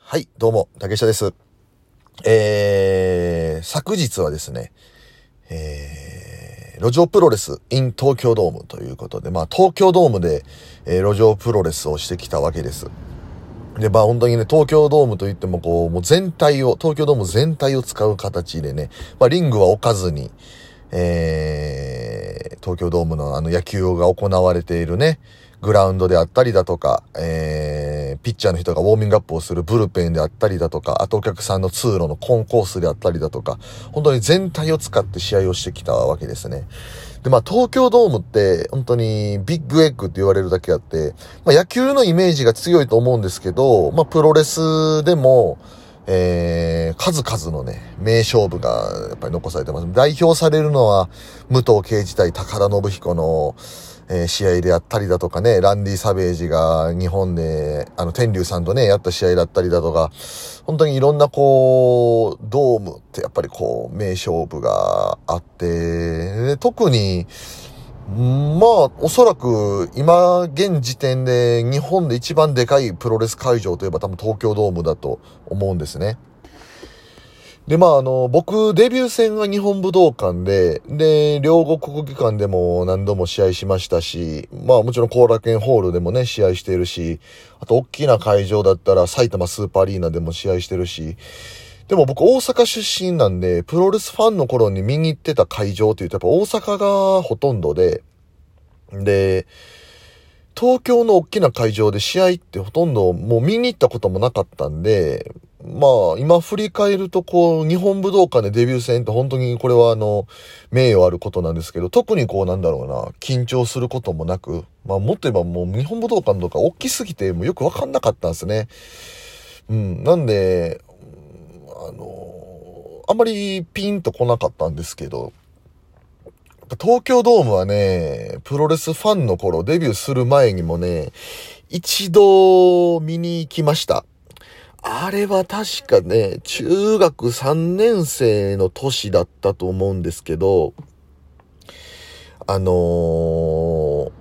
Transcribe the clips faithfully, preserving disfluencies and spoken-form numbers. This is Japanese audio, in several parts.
はい、どうも、竹下です。えー、昨日はですね、えー、路上プロレス in 東京ドームということで、まあ、東京ドームで、えー、路上プロレスをしてきたわけです。で、まあ、本当にね、東京ドームといっても、こう、もう全体を、東京ドーム全体を使う形でね、まあ、リングは置かずに、えー、東京ドームのあの野球が行われているね、グラウンドであったりだとか、えー、ピッチャーの人がウォーミングアップをするブルペンであったりだとか、あとお客さんの通路のコンコースであったりだとか、本当に全体を使って試合をしてきたわけですね。で、まあ東京ドームって本当にビッグエッグって言われるだけあって、まあ野球のイメージが強いと思うんですけど、まあプロレスでも、えー、数々のね、名勝負がやっぱり残されてます。代表されるのは、武藤敬司対高田信彦の、えー、試合であったりだとかね、ランディ・サベージが日本で、あの、天竜さんとね、やった試合だったりだとか、本当にいろんなこう、ドームってやっぱりこう、名勝負があって、特に、まあ、おそらく、今、現時点で日本で一番でかいプロレス会場といえば多分東京ドームだと思うんですね。で、まあ、あの、僕、デビュー戦が日本武道館で、で、両国国技館でも何度も試合しましたし、まあ、もちろん後楽園ホールでもね、試合しているし、あと、大きな会場だったら埼玉スーパーアリーナでも試合してるし、でも僕、大阪出身なんで、プロレスファンの頃に見に行ってた会場って言うと、やっぱ大阪がほとんどで、で、東京の大きな会場で試合ってほとんどもう見に行ったこともなかったんで、まあ今振り返るとこう日本武道館でデビュー戦って本当にこれはあの名誉あることなんですけど、特にこうなんだろうな、緊張することもなく、まあもっと言えばもう日本武道館とか大きすぎてもうよくわかんなかったんですね。うん、なんで、あの、あんまりピンとこなかったんですけど、東京ドームはね、プロレスファンの頃、デビューする前にもね、一度見に行きました。あれは確かね、中学さんねん生の年だったと思うんですけど、あのー、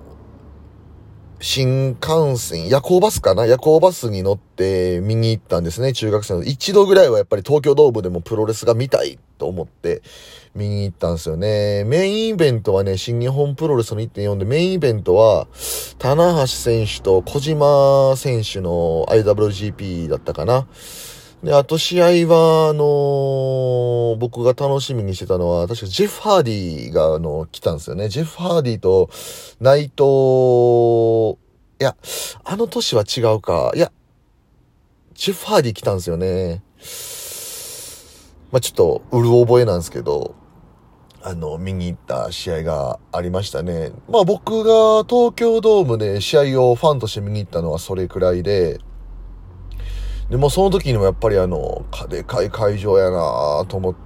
新幹線、夜行バスかな夜行バスに乗って見に行ったんですね、中学生の。一度ぐらいはやっぱり東京ドームでもプロレスが見たいと思って見に行ったんですよね。メインイベントはね、新日本プロレスの いってんよん で、メインイベントは、棚橋選手と小島選手の アイダブリュージーピー だったかな。で、あと試合は、あのー、僕が楽しみにしてたのは、確かジェフ・ハーディが、あの、来たんですよね。ジェフ・ハーディと内藤、いや、あの年は違うか。いや、ジェフ・ハーディ来たんですよね。まあ、ちょっと、うる覚えなんですけど、あの、見に行った試合がありましたね。まあ僕が東京ドームで試合をファンとして見に行ったのはそれくらいで、でもその時にもやっぱりあの、でかい会場やなと思って、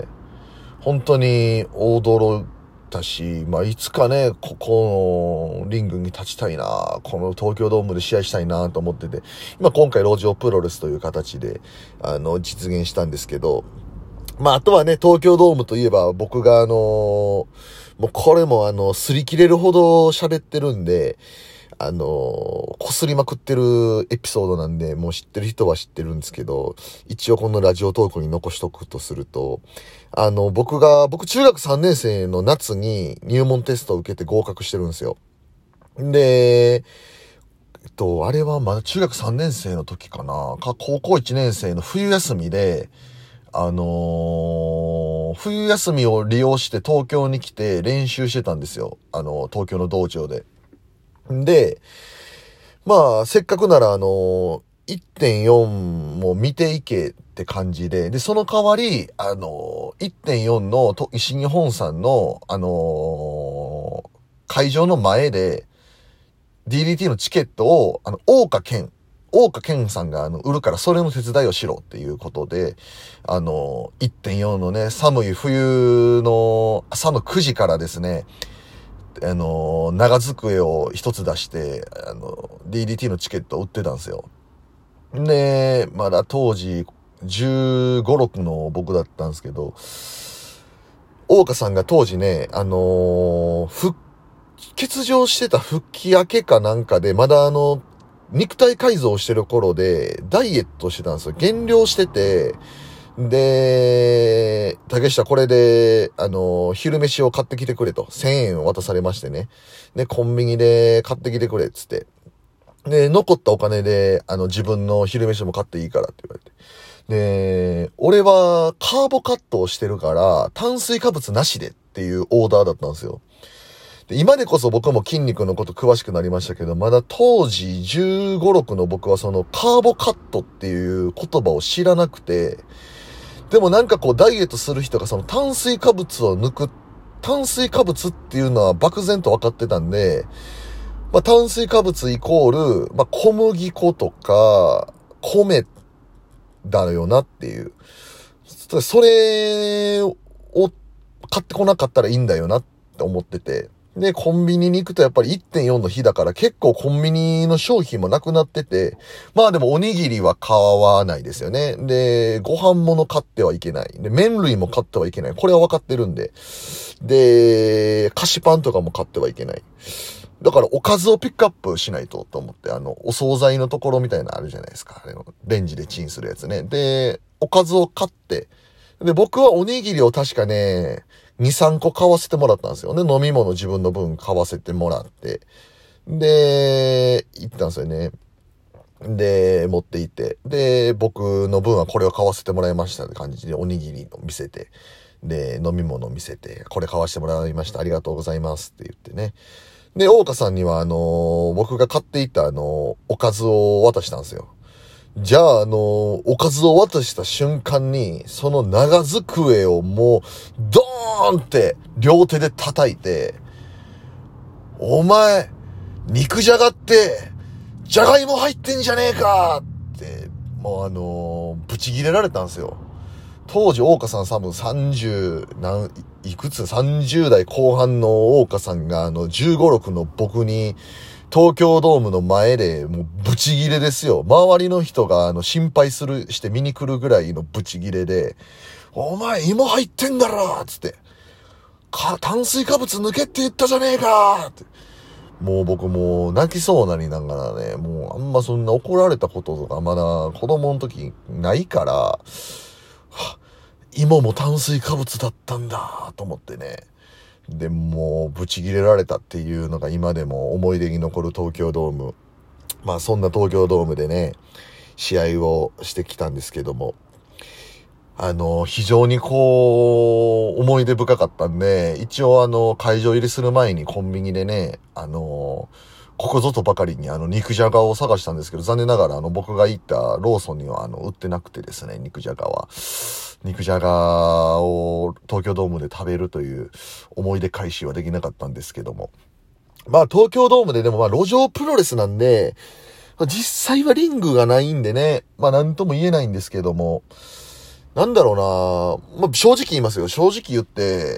本当に驚いたし、まあいつかね、ここのリングに立ちたいな、この東京ドームで試合したいなと思ってて、今今回路上プロレスという形で、あの、実現したんですけど、まあ、あとはね、東京ドームといえば、僕があのー、もうこれもあの、擦り切れるほど喋ってるんで、あのー、こすりまくってるエピソードなんで、もう知ってる人は知ってるんですけど、一応このラジオトークに残しとくとすると、あの、僕が、僕中学さんねん生の夏に入門テストを受けて合格してるんですよ。で、えっと、あれはまだ中学さんねん生の時かな、か、高校いちねん生の冬休みで、あのー、冬休みを利用して東京に来て練習してたんですよ。あのー、東京の道場で。で、まあ、せっかくならあのー、いってんよん も見ていけって感じで、で、その代わり、あのー、いってんよん のと西日本さんの、あのー、会場の前で、ディーディーティー のチケットを、あの、大岡健、大岡健さんがあの売るからそれの手伝いをしろっていうことで、あの、いってんよん のね、寒い冬の朝のくじからですね、あの、長机を一つ出して、あの、ディーディーティー のチケットを売ってたんですよ。で、まだ当時じゅうご、ろくの僕だったんですけど、大岡さんが当時ね、あのー、復欠場してた復帰明けかなんかで、まだあの、 肉体改造してる頃で、ダイエットしてたんですよ。減量してて、で、竹下これで、あの、昼飯を買ってきてくれと、せんえんを渡されましてね。で、コンビニで買ってきてくれっつって。で、残ったお金で、あの、自分の昼飯も買っていいからって言われて。で、俺はカーボカットをしてるから、炭水化物なしでっていうオーダーだったんですよ。で、今でこそ僕も筋肉のこと詳しくなりましたけど、まだ当時じゅうご、ろくの僕はそのカーボカットっていう言葉を知らなくて、でもなんかこうダイエットする人がその炭水化物を抜く、炭水化物っていうのは漠然と分かってたんで、まあ炭水化物イコール、まあ小麦粉とか米だよなっていう。それを買ってこなかったらいいんだよなって思ってて。で、コンビニに行くとやっぱり いってんよん の日だから結構コンビニの商品もなくなってて、まあでもおにぎりは買わないですよね。で、ご飯物買ってはいけない。で、麺類も買ってはいけない。これは分かってるんで。で、菓子パンとかも買ってはいけない。だからおかずをピックアップしないとと思って、あの、お惣菜のところみたいなのあるじゃないですか。あのレンジでチンするやつね。で、おかずを買って、で、僕はおにぎりを確かね、に、さんこ買わせてもらったんですよね。飲み物自分の分買わせてもらって。で、行ったんですよね。で、持って行って。で、僕の分はこれを買わせてもらいましたって感じでおにぎりを見せて。で、飲み物を見せて、これ買わせてもらいました。ありがとうございますって言ってね。で、大岡さんにはあのー、僕が買っていったあのー、おかずを渡したんですよ。じゃあ、あのー、おかずを渡した瞬間に、その長机をもう、ドーンって両手で叩いて、お前、肉じゃがって、じゃがいも入ってんじゃねえかって、もうあのー、ブチギレられたんですよ。当時、大岡さん多分さんじゅう、なん、いくつ ?さんじゅう 代後半の大岡さんが、あの、じゅうご、ろくの僕に、東京ドームの前で、もう、ブチギレですよ。周りの人が、あの、心配する、して見に来るぐらいのブチギレで、お前、芋入ってんだろつって。か、炭水化物抜けって言ったじゃねえかって。もう僕もう泣きそうなりながらね、もうあんまそんな怒られたこととかまだ子供の時ないから、は芋も炭水化物だったんだと思ってね。で、もうブチギレられたっていうのが今でも思い出に残る東京ドーム。まあそんな東京ドームでね、試合をしてきたんですけども、あの、非常にこう、思い出深かったんで、一応あの、会場入りする前にコンビニでね、あの、ここぞとばかりにあの、肉じゃがを探したんですけど、残念ながらあの、僕が行ったローソンにはあの、売ってなくてですね、肉じゃがは。肉じゃがを東京ドームで食べるという思い出回収はできなかったんですけども。まあ、東京ドームででもまあ、路上プロレスなんで、実際はリングがないんでね、まあ、なんとも言えないんですけども、なんだろうな、まあ、正直言いますよ。正直言って、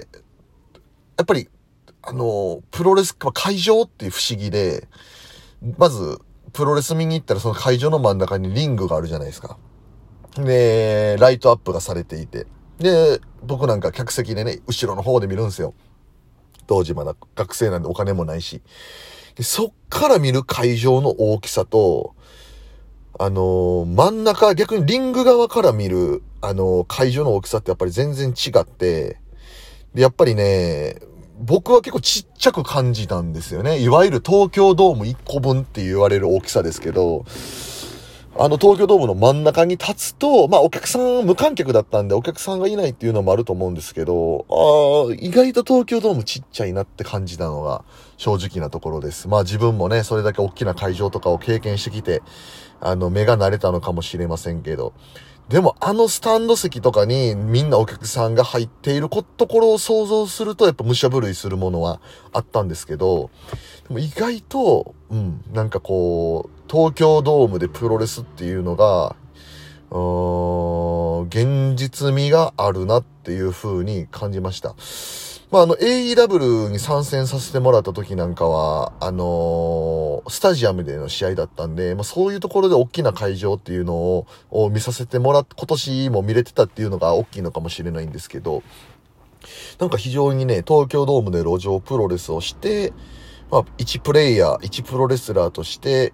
やっぱり、あの、プロレス、会場っていう不思議で、まず、プロレス見に行ったらその会場の真ん中にリングがあるじゃないですか。で、ライトアップがされていて。で、僕なんか客席でね、後ろの方で見るんですよ。当時まだ学生なんでお金もないし。で、そっから見る会場の大きさと、あのー、真ん中、逆にリング側から見る、あのー、会場の大きさってやっぱり全然違って、で、やっぱりね、僕は結構ちっちゃく感じたんですよね。いわゆる東京ドームいっこぶんって言われる大きさですけど、あの東京ドームの真ん中に立つと、まあお客さん無観客だったんでお客さんがいないっていうのもあると思うんですけど、ああ、意外と東京ドームちっちゃいなって感じたのが正直なところです。まあ自分もね、それだけ大きな会場とかを経験してきて、あの目が慣れたのかもしれませんけど、でもあのスタンド席とかにみんなお客さんが入っているところを想像するとやっぱ武者震いするものはあったんですけど、でも意外と、うん、なんかこう、東京ドームでプロレスっていうのが、うーん、現実味があるなっていう風に感じました。まあ、あの、エーイーダブリュー に参戦させてもらった時なんかは、あのー、スタジアムでの試合だったんで、まあ、そういうところで大きな会場っていうのを、を見させてもらって、今年も見れてたっていうのが大きいのかもしれないんですけど、なんか非常にね、東京ドームで路上プロレスをして、まあ、一プレイヤー、一プロレスラーとして、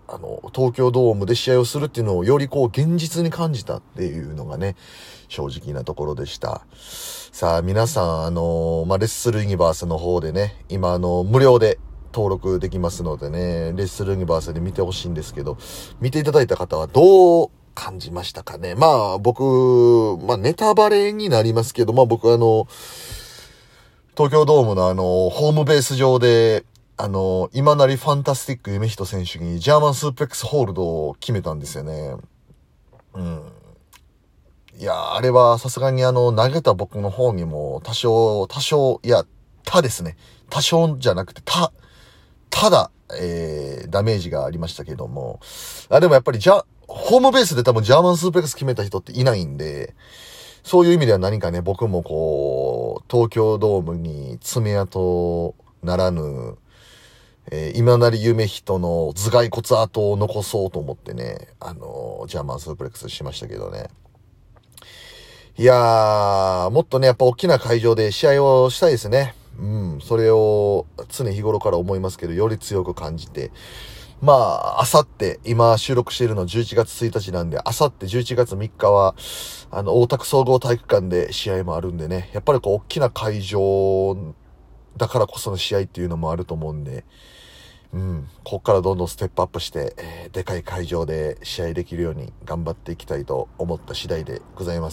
あの、東京ドームで試合をするっていうのをよりこう現実に感じたっていうのがね、正直なところでした。さあ、皆さん、あの、まあ、レッスルユニバースの方でね、今あの、無料で登録できますのでね、レッスルユニバースで見てほしいんですけど、見ていただいた方はどう感じましたかね。まあ、僕、まあ、ネタバレになりますけど、まあ、僕あの、東京ドームのあの、ホームベース上で、あの、今成ファンタスティック夢人選手にジャーマンスープレックスホールドを決めたんですよね。うん。いや、あれはさすがにあの、投げた僕の方にも多少、多少、いや、たですね。多少じゃなくて、た、ただ、えー、ダメージがありましたけども。あ、でもやっぱりじゃ、ホームベースで多分ジャーマンスープレックス決めた人っていないんで、そういう意味では何かね、僕もこう、東京ドームに爪痕ならぬ、えー、今成夢人の頭蓋骨跡を残そうと思ってね、あのー、ジャーマンスープレックスしましたけどね。いやー、もっとね、やっぱ大きな会場で試合をしたいですね。うん、それを常日頃から思いますけど、より強く感じて。まあ、あさって、今収録しているのじゅういちがつついたちなんで、あさってじゅういちがつみっかは、あの、大田区総合体育館で試合もあるんでね、やっぱりこう、大きな会場だからこその試合っていうのもあると思うんで、うん、こっからどんどんステップアップして、えー、でかい会場で試合できるように頑張っていきたいと思った次第でございます。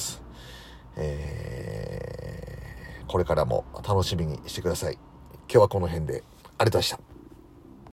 えー、これからも楽しみにしてください。今日はこの辺でありがとうございました。